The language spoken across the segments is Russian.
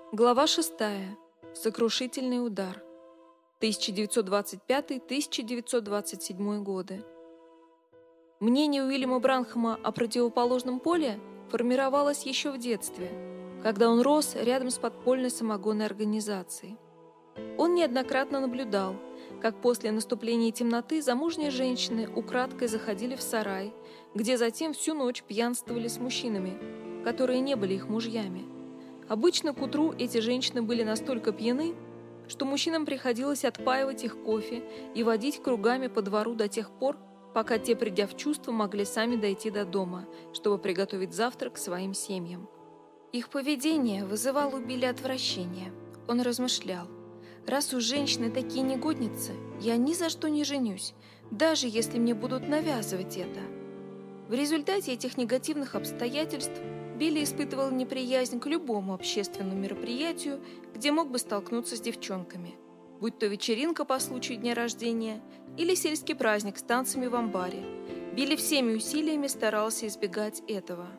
Глава 6. Сокрушительный удар. 1925-1927 годы. Мнение Уильяма Бранхама о противоположном поле формировалось еще в детстве, когда он рос рядом с подпольной самогонной организацией. Он неоднократно наблюдал, как после наступления темноты замужние женщины украдкой заходили в сарай, где затем всю ночь пьянствовали с мужчинами, которые не были их мужьями. Обычно к утру эти женщины были настолько пьяны, что мужчинам приходилось отпаивать их кофе и водить кругами по двору до тех пор, пока те, придя в чувство, могли сами дойти до дома, чтобы приготовить завтрак своим семьям. Их поведение вызывало у Билли отвращение. Он размышлял: раз уж женщины такие негодницы, я ни за что не женюсь, даже если мне будут навязывать это. В результате этих негативных обстоятельств Билли испытывал неприязнь к любому общественному мероприятию, где мог бы столкнуться с девчонками, будь то вечеринка по случаю дня рождения или сельский праздник с танцами в амбаре. Билли всеми усилиями старался избегать этого.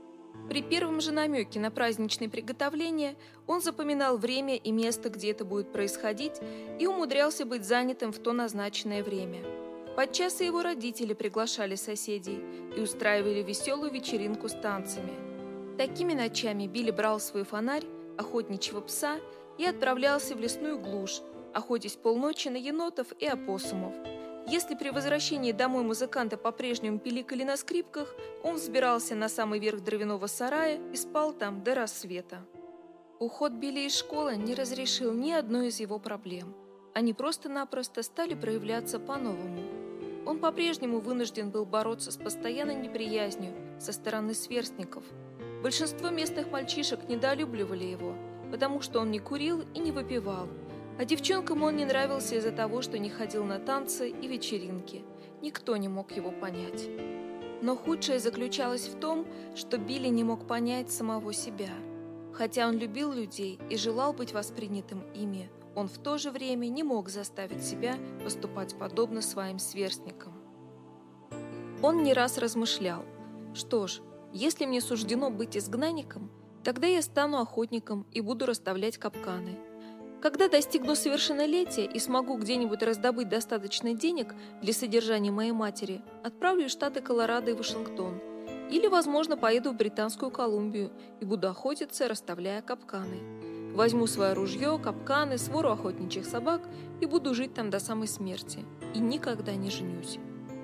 При первом же намеке на праздничные приготовления он запоминал время и место, где это будет происходить, и умудрялся быть занятым в то назначенное время. Подчас и его родители приглашали соседей и устраивали веселую вечеринку с танцами. Такими ночами Билли брал свой фонарь, охотничьего пса, и отправлялся в лесную глушь, охотясь полночи на енотов и опоссумов. Если при возвращении домой музыканты по-прежнему пиликали на скрипках, он взбирался на самый верх дровяного сарая и спал там до рассвета. Уход Билли из школы не разрешил ни одной из его проблем. Они просто-напросто стали проявляться по-новому. Он по-прежнему вынужден был бороться с постоянной неприязнью со стороны сверстников. Большинство местных мальчишек недолюбливали его, потому что он не курил и не выпивал, а девчонкам он не нравился из-за того, что не ходил на танцы и вечеринки. Никто не мог его понять. Но худшее заключалось в том, что Билли не мог понять самого себя. Хотя он любил людей и желал быть воспринятым ими, он в то же время не мог заставить себя поступать подобно своим сверстникам. Он не раз размышлял: что ж, если мне суждено быть изгнанником, тогда я стану охотником и буду расставлять капканы. Когда достигну совершеннолетия и смогу где-нибудь раздобыть достаточно денег для содержания моей матери, отправлюсь в штаты Колорадо и Вашингтон. Или, возможно, поеду в Британскую Колумбию и буду охотиться, расставляя капканы. Возьму свое ружье, капканы, свору охотничьих собак и буду жить там до самой смерти. И никогда не женюсь.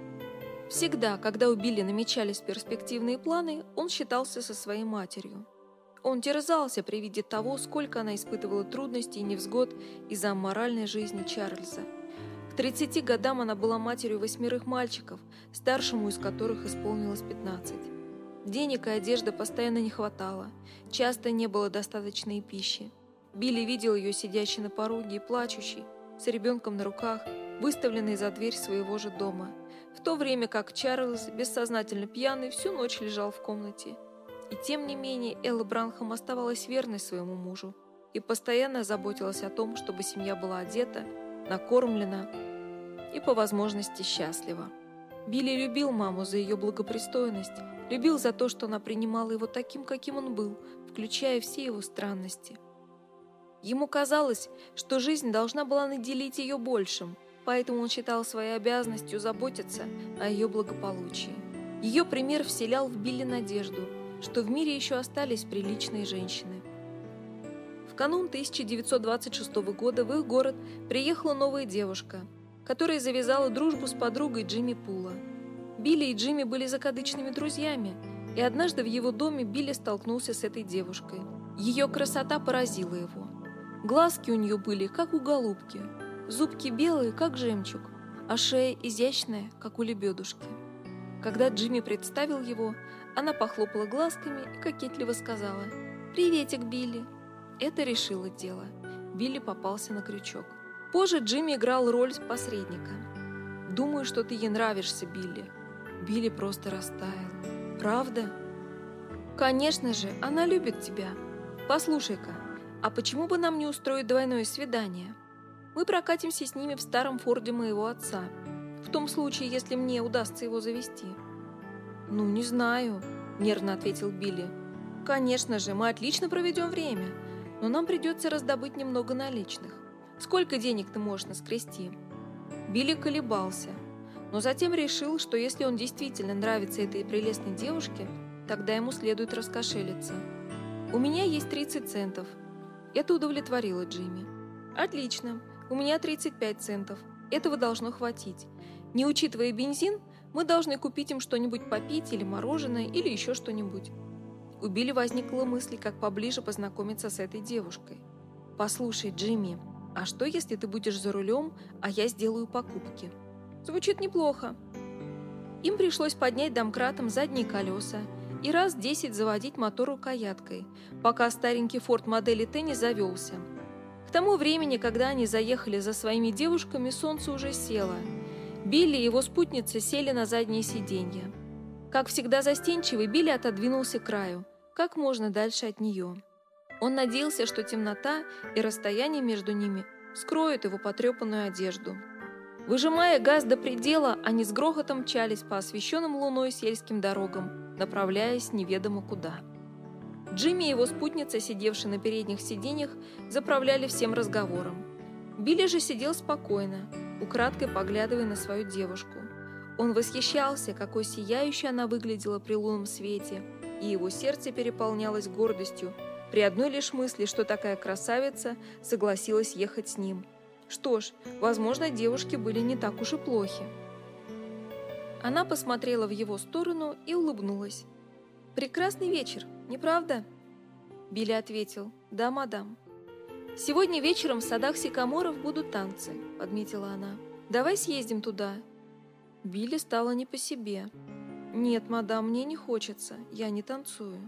Всегда, когда у Билли намечались перспективные планы, он считался со своей матерью. Он терзался при виде того, сколько она испытывала трудностей и невзгод из-за аморальной жизни Чарльза. К 30 годам она была матерью 8 мальчиков, старшему из которых исполнилось 15. Денег и одежды постоянно не хватало, часто не было достаточной пищи. Билли видел ее сидящей на пороге и плачущей, с ребенком на руках, выставленной за дверь своего же дома, в то время как Чарльз, бессознательно пьяный, всю ночь лежал в комнате. И тем не менее Элла Бранхам оставалась верной своему мужу и постоянно заботилась о том, чтобы семья была одета, накормлена и по возможности счастлива. Билли любил маму за ее благопристойность, любил за то, что она принимала его таким, каким он был, включая все его странности. Ему казалось, что жизнь должна была наделить ее большим, поэтому он считал своей обязанностью заботиться о ее благополучии. Ее пример вселял в Билли надежду, что в мире еще остались приличные женщины. В канун 1926 года в их город приехала новая девушка, которая завязала дружбу с подругой Джимми Пула. Билли и Джимми были закадычными друзьями, и однажды в его доме Билли столкнулся с этой девушкой. Ее красота поразила его. Глазки у нее были, как у голубки, зубки белые, как жемчуг, а шея изящная, как у лебедушки. Когда Джимми представил его, она похлопала глазками и кокетливо сказала: «Приветик, Билли». Это решило дело. Билли попался на крючок. Позже Джимми играл роль посредника. «Думаю, что ты ей нравишься, Билли». Билли просто растаял. «Правда?» «Конечно же, она любит тебя. Послушай-ка, а почему бы нам не устроить двойное свидание? Мы прокатимся с ними в старом Форде моего отца, в том случае, если мне удастся его завести». «Ну, не знаю», — нервно ответил Билли. «Конечно же, мы отлично проведем время. но нам придется раздобыть немного наличных. Сколько денег ты можешь наскрести?» Билли колебался, но затем решил, что если он действительно нравится этой прелестной девушке, тогда ему следует раскошелиться. «У меня есть 30 центов». Это удовлетворило Джимми. «Отлично, у меня 35 центов. Этого должно хватить. Не учитывая бензин, мы должны купить им что-нибудь попить или мороженое, или еще что-нибудь». У Билли возникла мысль, как поближе познакомиться с этой девушкой. «Послушай, Джимми, а что, если ты будешь за рулем, а я сделаю покупки?» Звучит неплохо. Им пришлось поднять домкратом задние колеса и раз 10 заводить мотор рукояткой, пока старенький Форд модели Т не завелся. К тому времени, когда они заехали за своими девушками, солнце уже село. Билли и его спутница сели на заднее сиденье. Как всегда застенчивый, Билли отодвинулся к краю, как можно дальше от нее. Он надеялся, что темнота и расстояние между ними скроют его потрепанную одежду. Выжимая газ до предела, они с грохотом мчались по освещенным луной сельским дорогам, направляясь неведомо куда. Джимми и его спутница, сидевшие на передних сиденьях, заправляли всем разговором. Билли же сидел спокойно, украдкой поглядывая на свою девушку. Он восхищался, какой сияющей она выглядела при лунном свете, и его сердце переполнялось гордостью при одной лишь мысли, что такая красавица согласилась ехать с ним. Что ж, возможно, девушки были не так уж и плохи. Она посмотрела в его сторону и улыбнулась. «Прекрасный вечер, не правда?» Билли ответил: «Да, мадам». «Сегодня вечером в садах сикаморов будут танцы», — подметила она. «Давай съездим туда». Билли стало не по себе. «Нет, мадам, мне не хочется, я не танцую».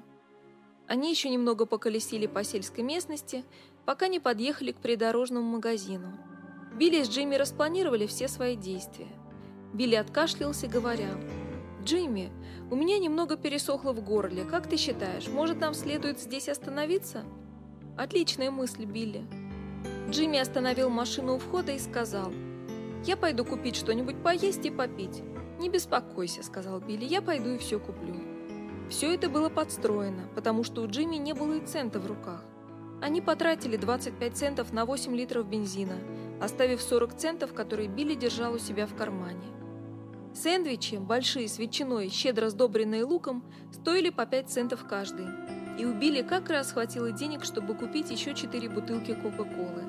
Они еще немного поколесили по сельской местности, пока не подъехали к придорожному магазину. Билли с Джимми распланировали все свои действия. Билли откашлялся, говоря: «Джимми, у меня немного пересохло в горле. Как ты считаешь, может, нам следует здесь остановиться?» «Отличная мысль, Билли». Джимми остановил машину у входа и сказал: «Я пойду купить что-нибудь поесть и попить». «Не беспокойся», — сказал Билли, — «я пойду и все куплю». Все это было подстроено, потому что у Джимми не было и цента в руках. Они потратили 25 центов на 8 литров бензина, оставив 40 центов, которые Билли держал у себя в кармане. Сэндвичи, большие с ветчиной, щедро сдобренные луком, стоили по 5 центов каждый. И у Билли как раз хватило денег, чтобы купить еще 4 бутылки Кока-Колы.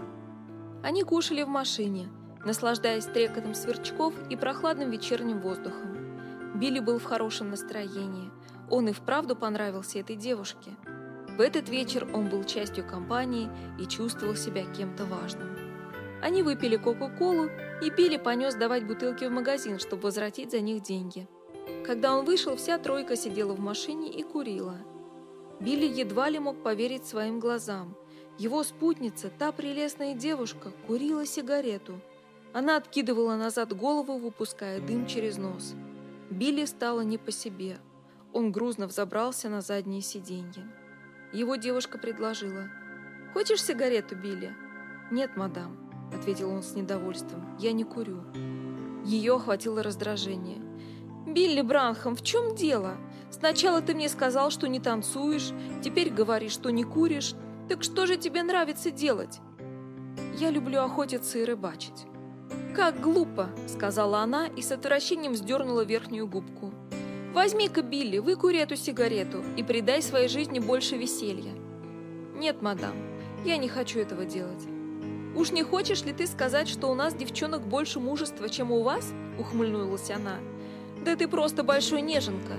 Они кушали в машине, наслаждаясь трекотом сверчков и прохладным вечерним воздухом. Билли был в хорошем настроении. Он и вправду понравился этой девушке. В этот вечер он был частью компании и чувствовал себя кем-то важным. Они выпили Кока-Колу, и Билли понес давать бутылки в магазин, чтобы возвратить за них деньги. Когда он вышел, вся тройка сидела в машине и курила. Билли едва ли мог поверить своим глазам. Его спутница, та прелестная девушка, курила сигарету. Она откидывала назад голову, выпуская дым через нос. Билли стало не по себе. Он грузно взобрался на заднее сиденье. Его девушка предложила: «Хочешь сигарету, Билли?» «Нет, мадам», — ответил он с недовольством, — «я не курю». Ее охватило раздражение. «Билли Бранхам, в чем дело? Сначала ты мне сказал, что не танцуешь, теперь говоришь, что не куришь. Так что же тебе нравится делать?» «Я люблю охотиться и рыбачить». «Как глупо», — сказала она и с отвращением вздернула верхнюю губку. «Возьми-ка, Билли, выкури эту сигарету и придай своей жизни больше веселья». «Нет, мадам, я не хочу этого делать». «Уж не хочешь ли ты сказать, что у нас, девчонок, больше мужества, чем у вас?» — ухмыльнулась она. «Да ты просто большой неженка».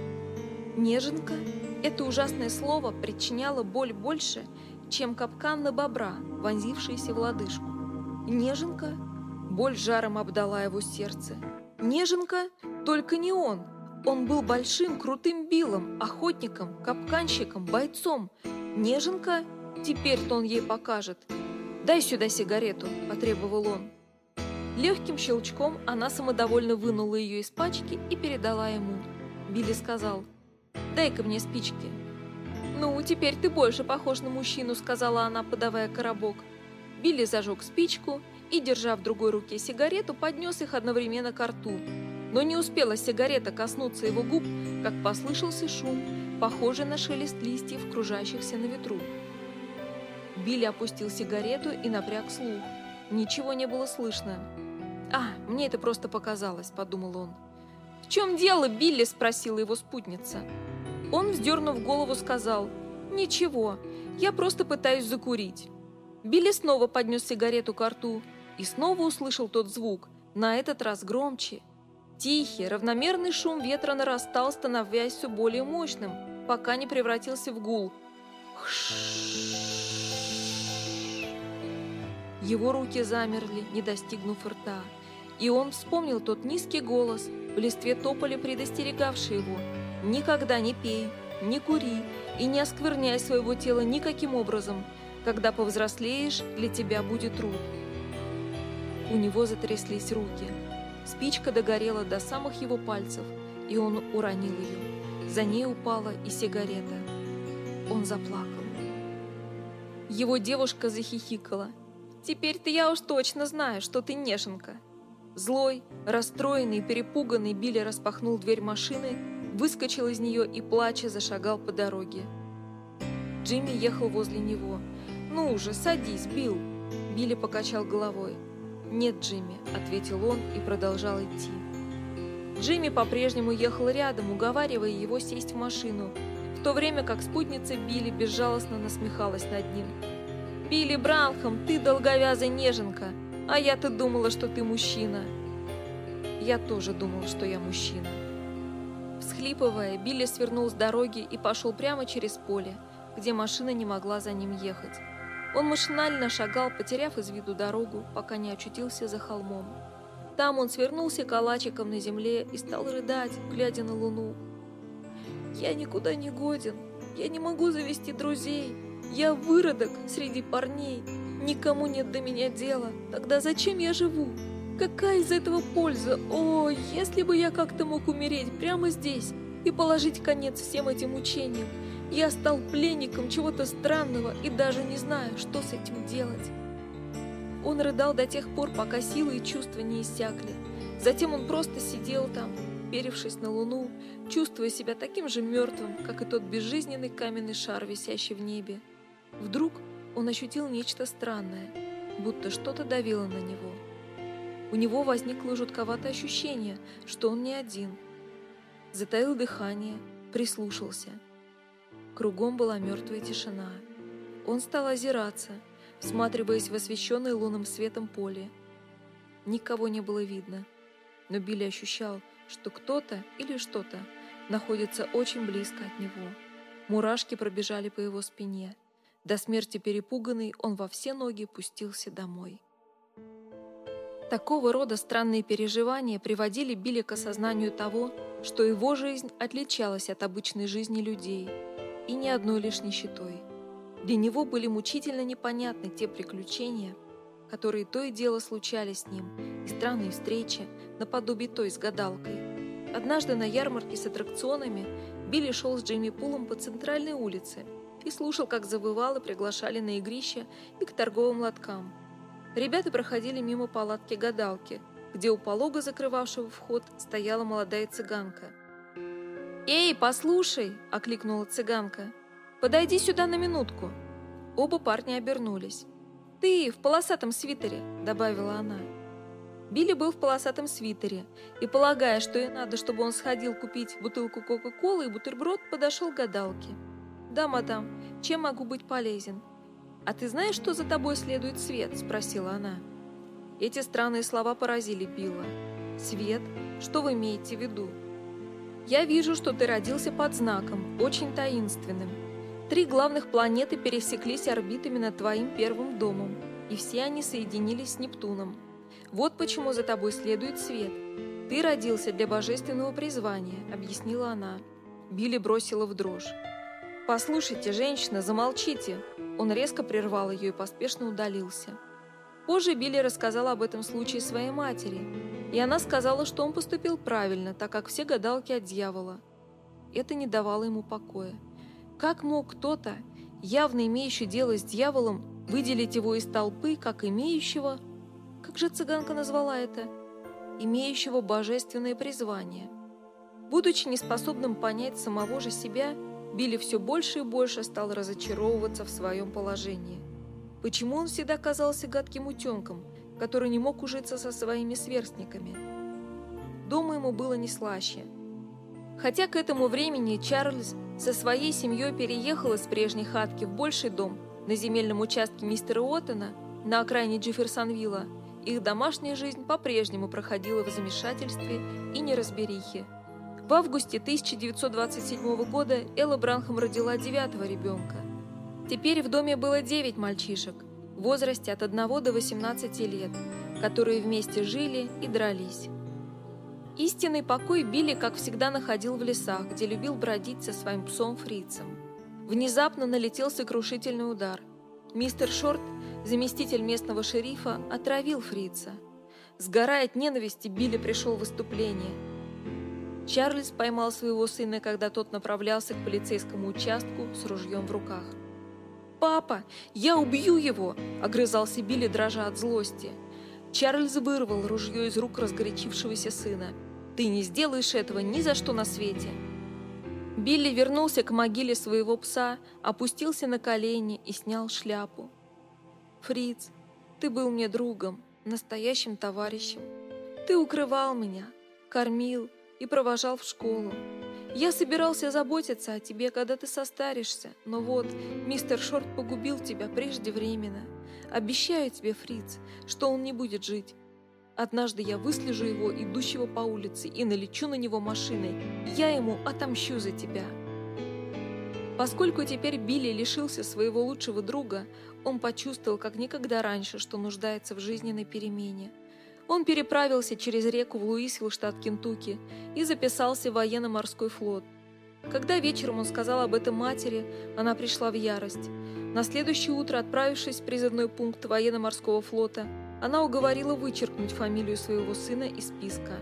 Неженка — это ужасное слово причиняло боль больше, чем капкан на бобра, вонзившийся в лодыжку. Неженка? Боль жаром обдала его сердце. Неженка? Только не он. Он был большим, крутым Биллом, охотником, капканщиком, бойцом. Неженка? Теперь-то он ей покажет. «Дай сюда сигарету», – потребовал он. Легким щелчком она самодовольно вынула ее из пачки и передала ему. Билли сказал: «Дай-ка мне спички». «Ну, теперь ты больше похож на мужчину», – сказала она, подавая коробок. Билли зажег спичку и, держа в другой руке сигарету, поднес их одновременно ко рту. Но не успела сигарета коснуться его губ, как послышался шум, похожий на шелест листьев, кружащихся на ветру. Билли опустил сигарету и напряг слух. Ничего не было слышно. «А, мне это просто показалось», — подумал он. «В чем дело, Билли?» — спросила его спутница. Он, вздернув голову, сказал: «Ничего, я просто пытаюсь закурить». Билли снова поднес сигарету ко рту и снова услышал тот звук, на этот раз громче. Тихий, равномерный шум ветра нарастал, становясь все более мощным, пока не превратился в гул. Его руки замерли, не достигнув рта, и он вспомнил тот низкий голос в листве тополя, предостерегавший его: «Никогда не пей, не кури и не оскверняй своего тела никаким образом. Когда повзрослеешь, для тебя будет труд». У него затряслись руки. Спичка догорела до самых его пальцев, и он уронил ее. За ней упала и сигарета. Он заплакал. Его девушка захихикала. «Теперь-то я уж точно знаю, что ты неженка». Злой, расстроенный, перепуганный, Билли распахнул дверь машины, выскочил из нее и, плача, зашагал по дороге. Джимми ехал возле него. «Ну уже, садись, Билл!» Билли покачал головой. «Нет, Джимми», — ответил он и продолжал идти. Джимми по-прежнему ехал рядом, уговаривая его сесть в машину, в то время как спутница Билли безжалостно насмехалась над ним. «Билли Бранхам, ты долговязая неженка, а я-то думала, что ты мужчина». «Я тоже думал, что я мужчина». Всхлипывая, Билли свернул с дороги и пошел прямо через поле, где машина не могла за ним ехать. Он машинально шагал, потеряв из виду дорогу, пока не очутился за холмом. Там он свернулся калачиком на земле и стал рыдать, глядя на луну. «Я никуда не годен, я не могу завести друзей, я выродок среди парней, никому нет до меня дела, тогда зачем я живу? Какая из этого польза? О, если бы я как-то мог умереть прямо здесь и положить конец всем этим мучениям! Я стал пленником чего-то странного и даже не знаю, что с этим делать». Он рыдал до тех пор, пока силы и чувства не иссякли. Затем он просто сидел там, перившись на луну, чувствуя себя таким же мертвым, как и тот безжизненный каменный шар, висящий в небе. Вдруг он ощутил нечто странное, будто что-то давило на него. У него возникло жутковатое ощущение, что он не один. Затаил дыхание, прислушался. Кругом была мертвая тишина. Он стал озираться, всматриваясь в освещенное лунным светом поле. Никого не было видно, но Билли ощущал, что кто-то или что-то находится очень близко от него. Мурашки пробежали по его спине. До смерти перепуганный, он во все ноги пустился домой. Такого рода странные переживания приводили Билли к осознанию того, что его жизнь отличалась от обычной жизни людей, и ни одной лишь нищетой. Для него были мучительно непонятны те приключения, которые то и дело случались с ним, и странные встречи, наподобие той с гадалкой. Однажды на ярмарке с аттракционами Билли шел с Джимми Пулом по центральной улице и слушал, как завывалы приглашали на игрище и к торговым лоткам. Ребята проходили мимо палатки гадалки, где у полога, закрывавшего вход, стояла молодая цыганка. «Эй, послушай!» – окликнула цыганка. «Подойди сюда на минутку». Оба парня обернулись. «Ты в полосатом свитере», – добавила она. Билли был в полосатом свитере и, полагая, что ей надо, чтобы он сходил купить бутылку Кока-Колы и бутерброд, подошел к гадалке. «Да, мадам, чем могу быть полезен?» «А ты знаешь, что за тобой следует свет?» – спросила она. Эти странные слова поразили Билла. «Свет? Что вы имеете в виду?» «Я вижу, что ты родился под знаком, очень таинственным. 3 главных планеты пересеклись орбитами над твоим первым домом, и все они соединились с Нептуном. Вот почему за тобой следует свет. Ты родился для божественного призвания», — объяснила она. Билли бросила в дрожь. «Послушайте, женщина, замолчите!» Он резко прервал ее и поспешно удалился. Позже Билли рассказал об этом случае своей матери, и она сказала, что он поступил правильно, так как все гадалки от дьявола. Это не давало ему покоя. Как мог кто-то, явно имеющий дело с дьяволом, выделить его из толпы, как имеющего, как же цыганка назвала это, имеющего божественное призвание? Будучи неспособным понять самого же себя, Билли все больше и больше стал разочаровываться в своем положении. Почему он всегда казался гадким утенком, который не мог ужиться со своими сверстниками? Дома ему было не слаще. Хотя к этому времени Чарльз со своей семьей переехал из прежней хатки в больший дом на земельном участке мистера Уоттона на окраине Джефферсонвилла, их домашняя жизнь по-прежнему проходила в замешательстве и неразберихе. В августе 1927 года Элла Бранхам родила 9-го ребенка. Теперь в доме было 9 мальчишек в возрасте от 1 до 18 лет, которые вместе жили и дрались. Истинный покой Билли, как всегда, находил в лесах, где любил бродить со своим псом Фрицем. Внезапно налетел сокрушительный удар. Мистер Шорт, заместитель местного шерифа, отравил Фрица. Сгорая от ненависти, Билли пришел в выступление. Чарльз поймал своего сына, когда тот направлялся к полицейскому участку с ружьем в руках. «Папа, я убью его!» – огрызался Билли, дрожа от злости. Чарльз вырвал ружье из рук разгорячившегося сына. «Ты не сделаешь этого ни за что на свете!» Билли вернулся к могиле своего пса, опустился на колени и снял шляпу. «Фриц, ты был мне другом, настоящим товарищем. Ты укрывал меня, кормил и провожал в школу. Я собирался заботиться о тебе, когда ты состаришься, но вот мистер Шорт погубил тебя преждевременно. Обещаю тебе, Фриц, что он не будет жить. Однажды я выслежу его, идущего по улице, и налечу на него машиной. Я ему отомщу за тебя». Поскольку теперь Билли лишился своего лучшего друга, он почувствовал как никогда раньше, что нуждается в жизненной перемене. Он переправился через реку в Луисвилл, штат Кентукки, и записался в военно-морской флот. Когда вечером он сказал об этом матери, она пришла в ярость. На следующее утро, отправившись в призывной пункт военно-морского флота, она уговорила вычеркнуть фамилию своего сына из списка.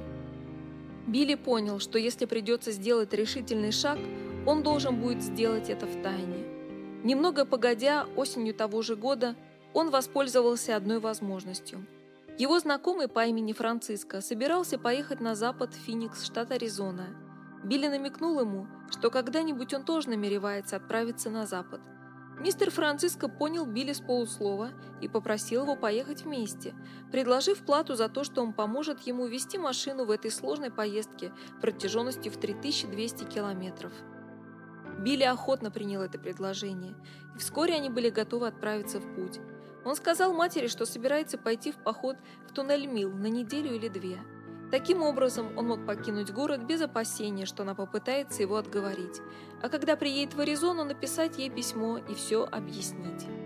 Билли понял, что если придется сделать решительный шаг, он должен будет сделать это втайне. Немного погодя, осенью того же года, он воспользовался одной возможностью. Его знакомый по имени Франциско собирался поехать на запад в Финикс, штат Аризона. Билли намекнул ему, что когда-нибудь он тоже намеревается отправиться на запад. Мистер Франциско понял Билли с полуслова и попросил его поехать вместе, предложив плату за то, что он поможет ему вести машину в этой сложной поездке протяженностью в 3200 километров. Билли охотно принял это предложение, и вскоре они были готовы отправиться в путь. Он сказал матери, что собирается пойти в поход в туннель Милл на неделю или 2. Таким образом, он мог покинуть город без опасения, что она попытается его отговорить, а когда приедет в Аризону, написать ей письмо и все объяснить.